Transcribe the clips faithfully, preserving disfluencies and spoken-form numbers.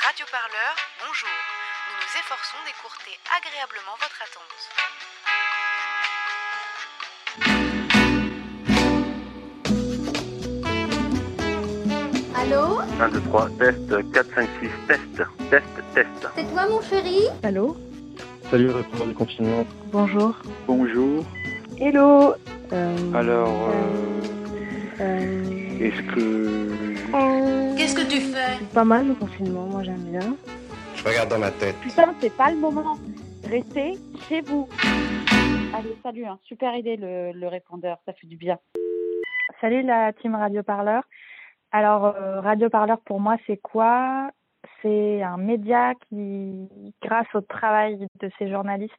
Radio Parleur, bonjour. Nous nous efforçons d'écourter agréablement votre attente. Allô ? un, deux, trois, test, quatre, cinq, six, test, test, test. C'est toi mon chéri ? Allô ? Salut, répondeur du confinement. Bonjour. Bonjour. Hello. Euh, Alors, euh, euh, est-ce que... euh, Qu'est-ce que tu fais ? Pas mal le confinement, moi j'aime bien. Je regarde dans ma tête. Putain, c'est pas le moment. Restez chez vous. Allez, salut, hein. Super idée le, le répondeur, ça fait du bien. Salut la team Radio Parleur. Alors, euh, Radio Parleur pour moi c'est quoi ? C'est un média qui, grâce au travail de ces journalistes,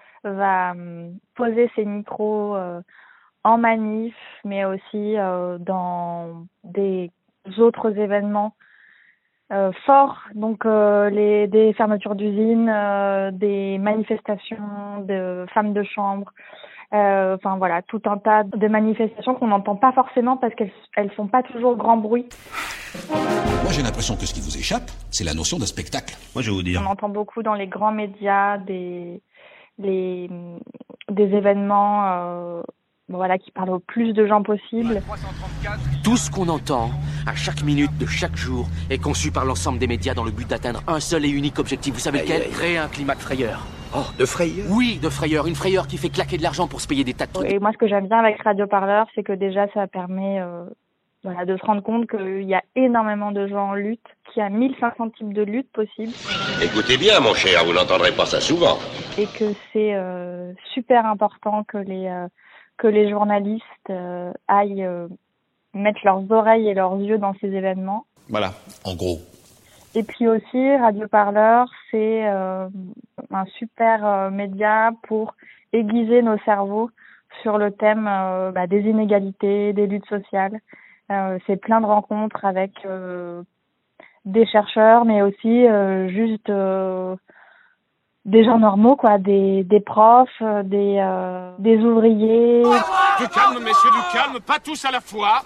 va euh, poser ses micros euh, en manif, mais aussi euh, dans des autres événements euh, forts, donc euh, les, des fermetures d'usines, euh, des manifestations de femmes de chambre, euh, enfin voilà, tout un tas de manifestations qu'on n'entend pas forcément parce qu'elles elles font pas toujours grand bruit. Moi j'ai l'impression que ce qui vous échappe, c'est la notion de spectacle. Moi je vais vous dire. On entend beaucoup dans les grands médias des les des événements euh, voilà qui parlent au plus de gens possible. Tout ce qu'on entend à chaque minute de chaque jour est conçu par l'ensemble des médias dans le but d'atteindre un seul et unique objectif. Vous savez lequel ? Créer un climat de frayeur. Oh, de frayeur ? Oui, de frayeur. Une frayeur qui fait claquer de l'argent pour se payer des tas de trucs. Et moi ce que j'aime bien avec Radio Parleur, c'est que déjà ça permet euh, voilà, de se rendre compte qu'il y a énormément de gens en lutte, qu'il y a mille cinq cents types de luttes possibles. Écoutez bien, mon cher, vous n'entendrez pas ça souvent. Et que c'est euh, super important que les euh, que les journalistes euh, aillent euh, mettre leurs oreilles et leurs yeux dans ces événements. Voilà, en gros. Et puis aussi, Radio Parleur, c'est euh, un super euh, média pour aiguiser nos cerveaux sur le thème euh, bah, des inégalités, des luttes sociales. Euh, c'est plein de rencontres avec euh, des chercheurs, mais aussi euh, juste euh, des gens normaux, quoi, des, des profs, des, euh, des ouvriers. Du calme, messieurs, du calme, pas tous à la fois.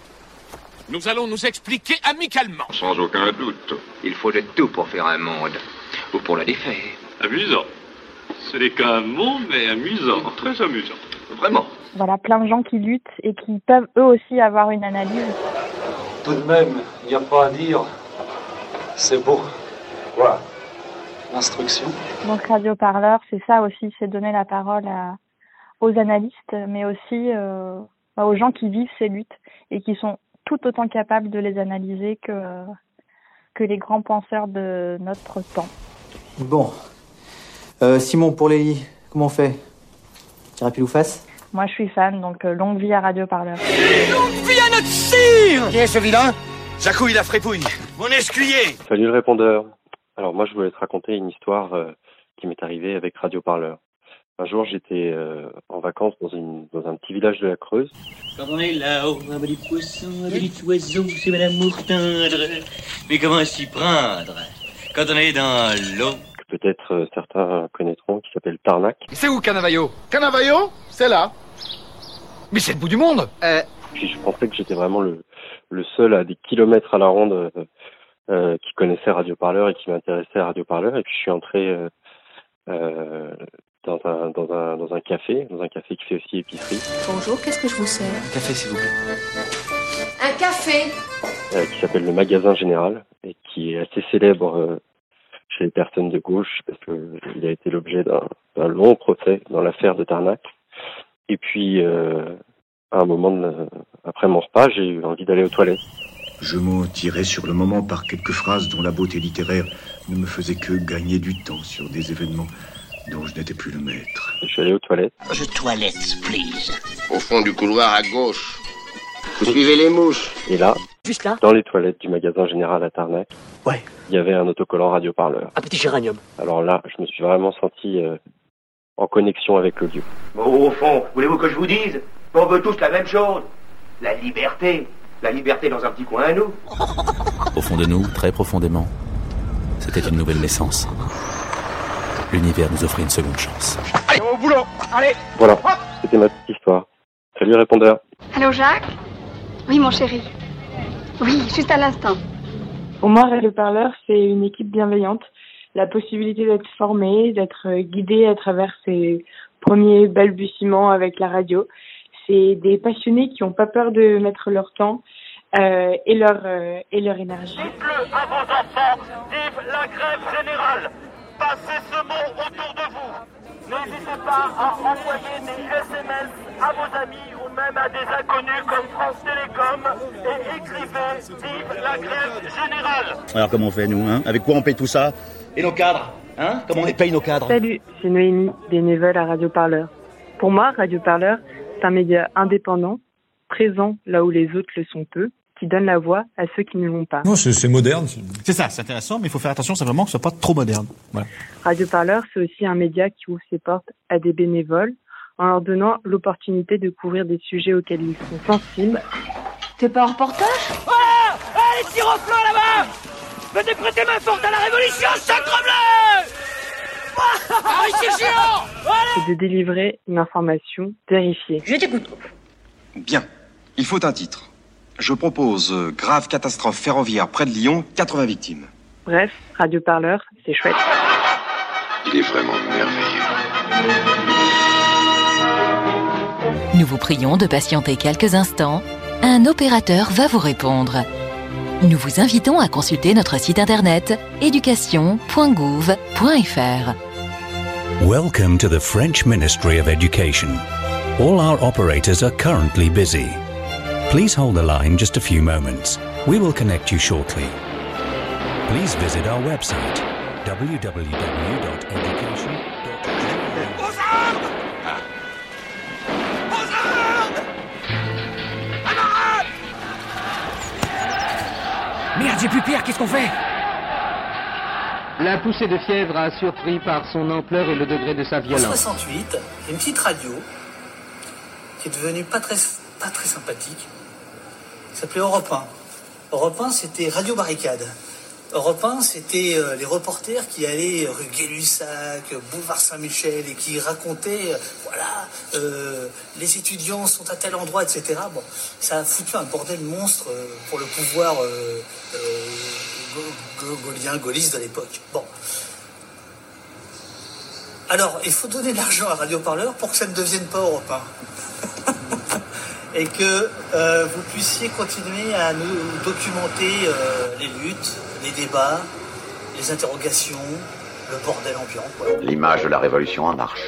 Nous allons nous expliquer amicalement. Sans aucun doute. Il faut de tout pour faire un monde, ou pour le défaire. Amusant. Ce n'est qu'un monde, mais amusant, très amusant. Vraiment. Voilà, plein de gens qui luttent et qui peuvent eux aussi avoir une analyse. Tout de même, il n'y a pas à dire. C'est beau. Quoi ? L'instruction. Donc Radio Parleur, c'est ça aussi, c'est donner la parole à, aux analystes, mais aussi euh, aux gens qui vivent ces luttes et qui sont tout autant capables de les analyser que, euh, que les grands penseurs de notre temps. Bon. Euh, Simon, pour les lits, comment on fait ? Tirer pile ou face ? Moi, je suis fan, donc euh, longue vie à Radio Parleur. Longue vie à notre cire ! Qui est ce vilain ? Jacouille la frépouille. Mon escuyer. Salut le répondeur. Alors moi je voulais te raconter une histoire euh, qui m'est arrivée avec Radio Parleur. Un jour j'étais euh, en vacances dans, une, dans un petit village de la Creuse. Quand on est là-haut, un petit poisson, un petit oiseau, c'est Madame Mourtindre. Mais comment s'y prendre quand on est dans l'eau ? Que peut-être euh, certains connaîtront, qui s'appelle Tarnac. C'est où Canavaillot ? Canavaillot ? C'est là. Mais c'est le bout du monde. Euh... Puis je pensais que j'étais vraiment le, le seul à des kilomètres à la ronde euh, euh, qui connaissait Radio Parleur et qui m'intéressait à Radio Parleur. Et puis je suis entré euh, euh, dans un dans un dans un café, dans un café qui fait aussi épicerie. Bonjour, qu'est-ce que je vous sers ? Un café, s'il vous plaît. Un café ? Euh, qui s'appelle le Magasin Général et qui est assez célèbre euh, chez les personnes de gauche parce que il a été l'objet d'un, d'un long procès dans l'affaire de Tarnac. Et puis euh, à un moment de, après mon repas, j'ai eu envie d'aller aux toilettes. Je m'en tirais sur le moment par quelques phrases dont la beauté littéraire ne me faisait que gagner du temps sur des événements dont je n'étais plus le maître. Je suis allé aux toilettes. Je toilette, please. Au fond du couloir à gauche. Vous suivez les mouches. Et là, Juste là ? dans les toilettes du Magasin Général à Tarnac, Ouais. il y avait un autocollant Radio Parleur. Un petit géranium. Alors là, je me suis vraiment senti euh, en connexion avec le lieu. Bon, au fond, voulez-vous que je vous dise ? On veut tous la même chose. La liberté. La liberté dans un petit coin à nous. Au fond de nous, très profondément, c'était une nouvelle naissance. L'univers nous offrait une seconde chance. Allez, au boulot. Allez. Voilà, c'était ma petite histoire. Salut répondeur. Allô Jacques ? Oui mon chéri. Oui, juste à l'instant. Pour moi, Radio Parleur, c'est une équipe bienveillante. La possibilité d'être formé, d'être guidé à travers ses premiers balbutiements avec la radio. C'est des passionnés qui n'ont pas peur de mettre leur temps euh, et, leur, euh, et leur énergie. Dites-le à vos enfants, vive la grève générale. Passez ce mot autour de vous. N'hésitez pas à envoyer des S M S à vos amis ou même à des inconnus comme France Télécom et écrivez vive la grève générale. Alors comment on fait nous, hein? Avec quoi on paye tout ça? Et nos cadres, hein? Comment on les paye nos cadres? Salut, c'est Noémie, bénévole à Radio Parleur. Pour moi, Radio Parleur, c'est un média indépendant, présent là où les autres le sont peu, qui donne la voix à ceux qui ne l'ont pas. Non, c'est, c'est moderne. C'est ça, c'est intéressant, mais il faut faire attention simplement que ce soit pas trop moderne. Voilà. Radio Parleur, c'est aussi un média qui ouvre ses portes à des bénévoles en leur donnant l'opportunité de couvrir des sujets auxquels ils sont sensibles. T'es pas en reportage? Voilà! Allez, tire au flanc là-bas! Venez prêter main forte à la révolution, sacre-bleu! Ah, ici géant! Et de délivrer une information vérifiée. Je t'écoute. Bien, il faut un titre. Je propose euh, grave catastrophe ferroviaire près de Lyon, quatre-vingts victimes. Bref, Radio Parleur, c'est chouette. Il est vraiment merveilleux. Nous vous prions de patienter quelques instants. Un opérateur va vous répondre. Nous vous invitons à consulter notre site internet éducation point gouv point f r. Welcome to the French Ministry of Education. All our operators are currently busy. Please hold the line just a few moments. We will connect you shortly. Please visit our website w w w dot education dot gouv. Aux armes! Aux armes! Camarades! Merde, j'ai plus pire, qu'est-ce qu'on fait? La poussée de fièvre a surpris par son ampleur et le degré de sa En violence. soixante-huit, il y a une petite radio qui est devenue pas très, pas très sympathique. Ça s'appelait Europe un. Europe un, c'était Radio Barricade. Europe un, c'était euh, les reporters qui allaient rue Gay-Lussac, boulevard Saint-Michel et qui racontaient, euh, voilà, euh, les étudiants sont à tel endroit, et cetera. Bon, ça a foutu un bordel monstre euh, pour le pouvoir euh, euh, gaulien, gaulliste de l'époque. Bon. Alors, il faut donner de l'argent à Radio Parleur pour que ça ne devienne pas Europe un. Et que euh, vous puissiez continuer à nous documenter euh, les luttes, les débats, les interrogations, le bordel ambiant, quoi. L'image de la révolution en marche.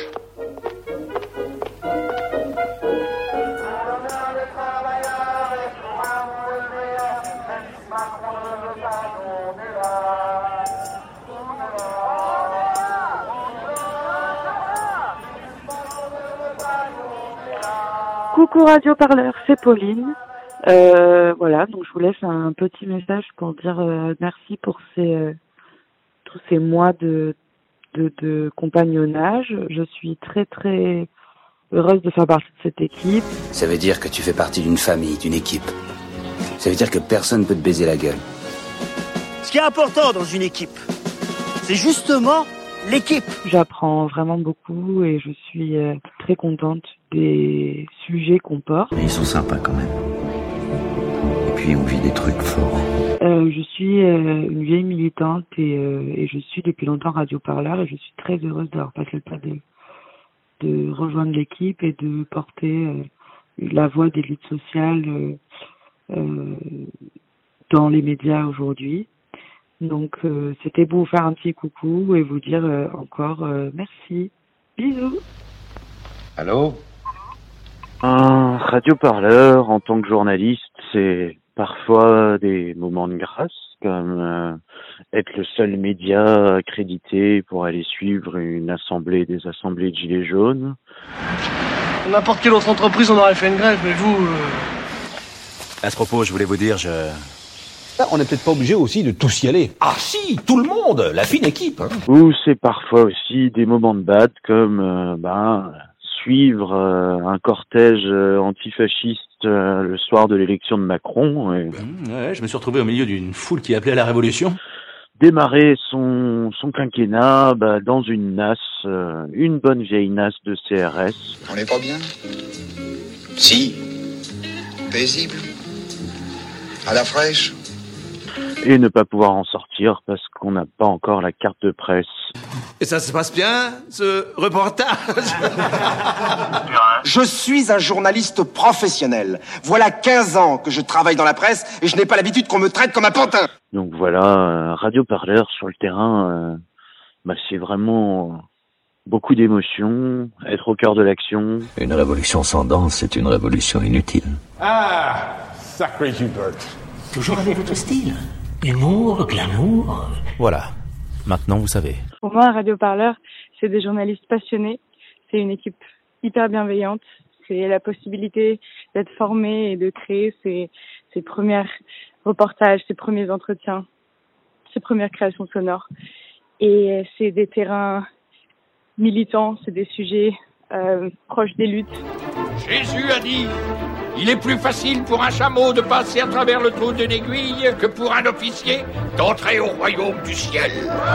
Coucou Radio Parleur, c'est Pauline. Euh, voilà, donc je vous laisse un petit message pour dire euh, merci pour ces euh, tous ces mois de, de de compagnonnage. Je suis très très heureuse de faire partie de cette équipe. Ça veut dire que tu fais partie d'une famille, d'une équipe. Ça veut dire que personne ne peut te baiser la gueule. Ce qui est important dans une équipe, c'est justement l'équipe. J'apprends vraiment beaucoup et je suis euh, très contente des sujets qu'on porte. Mais ils sont sympas quand même. Et puis on vit des trucs forts. Euh, je suis euh, une vieille militante et, euh, et je suis depuis longtemps Radio Parleur et je suis très heureuse d'avoir passé le pas de, de rejoindre l'équipe et de porter euh, la voix des luttes sociales euh, euh, dans les médias aujourd'hui. Donc euh, c'était pour vous faire un petit coucou et vous dire euh, encore euh, merci. Bisous. Allô? Un radioparleur, en tant que journaliste, c'est parfois des moments de grâce, comme euh, être le seul média accrédité pour aller suivre une assemblée des assemblées de Gilets jaunes. N'importe quelle autre entreprise, on aurait fait une grève, mais vous... Euh... À ce propos, je voulais vous dire, je... On n'est peut-être pas obligé aussi de tous y aller. Ah si, tout le monde, la fine équipe. Hein. Ou c'est parfois aussi des moments de bad, comme euh, ben suivre euh, un cortège euh, antifasciste euh, le soir de l'élection de Macron. Et... Mmh, ouais, je me suis retrouvé au milieu d'une foule qui appelait à la révolution. Démarrer son, son quinquennat bah, dans une NAS, euh, une bonne vieille NAS de C R S. On n'est pas bien? Si. Paisible. À la fraîche. et ne pas pouvoir en sortir parce qu'on n'a pas encore la carte de presse. Et ça se passe bien, ce reportage? Je suis un journaliste professionnel. Voilà quinze ans que je travaille dans la presse et je n'ai pas l'habitude qu'on me traite comme un pantin. Donc voilà, euh, Radio Parleur sur le terrain, euh, bah, c'est vraiment beaucoup d'émotions, être au cœur de l'action. Une révolution sans danse, c'est une révolution inutile. Ah, sacré Hubert. Toujours avec votre style. Humour, glamour. Voilà, maintenant vous savez. Pour moi, un radioparleur, c'est des journalistes passionnés. C'est une équipe hyper bienveillante. C'est la possibilité d'être formé et de créer ses, ses premiers reportages, ses premiers entretiens, ses premières créations sonores. Et c'est des terrains militants, c'est des sujets euh, proches des luttes. Jésus a dit, il est plus facile pour un chameau de passer à travers le trou d'une aiguille que pour un officier d'entrer au royaume du ciel.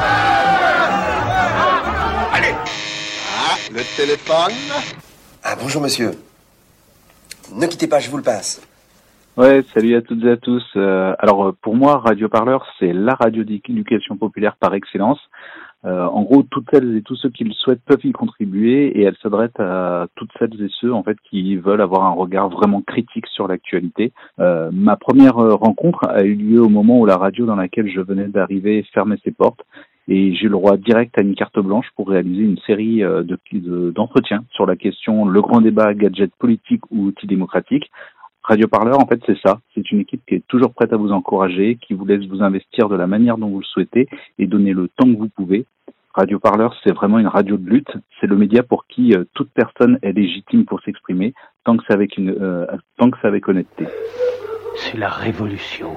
Allez. Ah, le téléphone. Ah, bonjour monsieur. Ne quittez pas, je vous le passe. Ouais, salut à toutes et à tous. Euh, alors pour moi, Radio Parleur, c'est la radio d'éducation populaire par excellence. Euh, en gros, toutes celles et tous ceux qui le souhaitent peuvent y contribuer et elle s'adresse à toutes celles et ceux en fait qui veulent avoir un regard vraiment critique sur l'actualité. Euh, ma première rencontre a eu lieu au moment où la radio dans laquelle je venais d'arriver fermait ses portes et j'ai eu le droit direct à une carte blanche pour réaliser une série de, de, d'entretiens sur la question le grand débat gadget politique ou outil démocratique. Radio Parleur, en fait, c'est ça. C'est une équipe qui est toujours prête à vous encourager, qui vous laisse vous investir de la manière dont vous le souhaitez et donner le temps que vous pouvez. Radio Parleur, c'est vraiment une radio de lutte. C'est le média pour qui euh, toute personne est légitime pour s'exprimer, tant que c'est avec une, euh, tant que c'est avec honnêteté. C'est la révolution.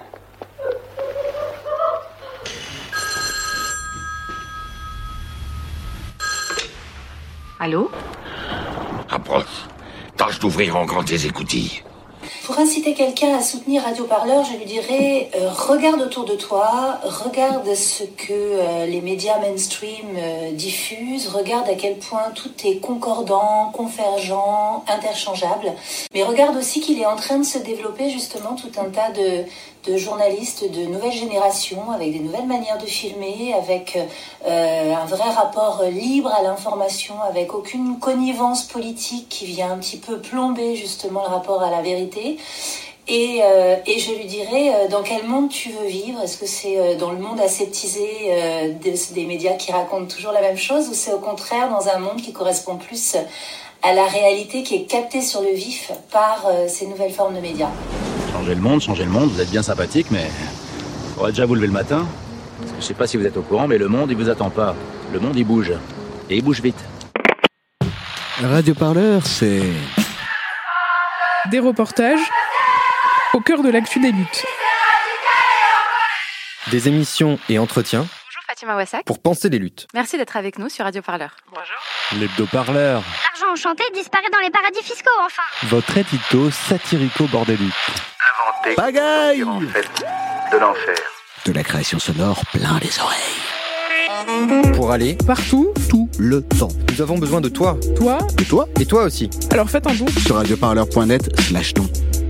Allô? Approche. Tâche d'ouvrir en grand tes écoutilles. Pour inciter quelqu'un à soutenir Radio Parleur, je lui dirais euh, regarde autour de toi, regarde ce que euh, les médias mainstream euh, diffusent, regarde à quel point tout est concordant, convergent, interchangeable. Mais regarde aussi qu'il est en train de se développer justement tout un tas de, de journalistes de nouvelle génération avec des nouvelles manières de filmer, avec euh, un vrai rapport libre à l'information, avec aucune connivence politique qui vient un petit peu plomber justement le rapport à la vérité. Et, euh, et je lui dirais euh, dans quel monde tu veux vivre. Est-ce que c'est euh, dans le monde aseptisé euh, des, des médias qui racontent toujours la même chose, ou c'est au contraire dans un monde qui correspond plus à la réalité, qui est captée sur le vif par euh, ces nouvelles formes de médias? Changer le monde, changer le monde, vous êtes bien sympathique, mais faudrait déjà vous lever le matin. Parce que je sais pas si vous êtes au courant, mais le monde, il vous attend pas. Le monde, il bouge. Et il bouge vite. Radio Parleur, c'est... des reportages au cœur de l'actu des luttes. Des émissions et entretiens. Bonjour Fatima Wassak. Pour penser les luttes. Merci d'être avec nous sur Radio Parleur. Bonjour. L'hebdo-parleur. L'argent enchanté disparaît dans les paradis fiscaux, enfin. Votre édito satirico-bordélique. Inventé. Pagaille. En fait, de l'enfer. De la création sonore plein les oreilles. Pour aller partout, tout le temps. Nous avons besoin de toi. Toi Et toi. Et toi aussi. Alors faites un don sur radioparleur point net slash don.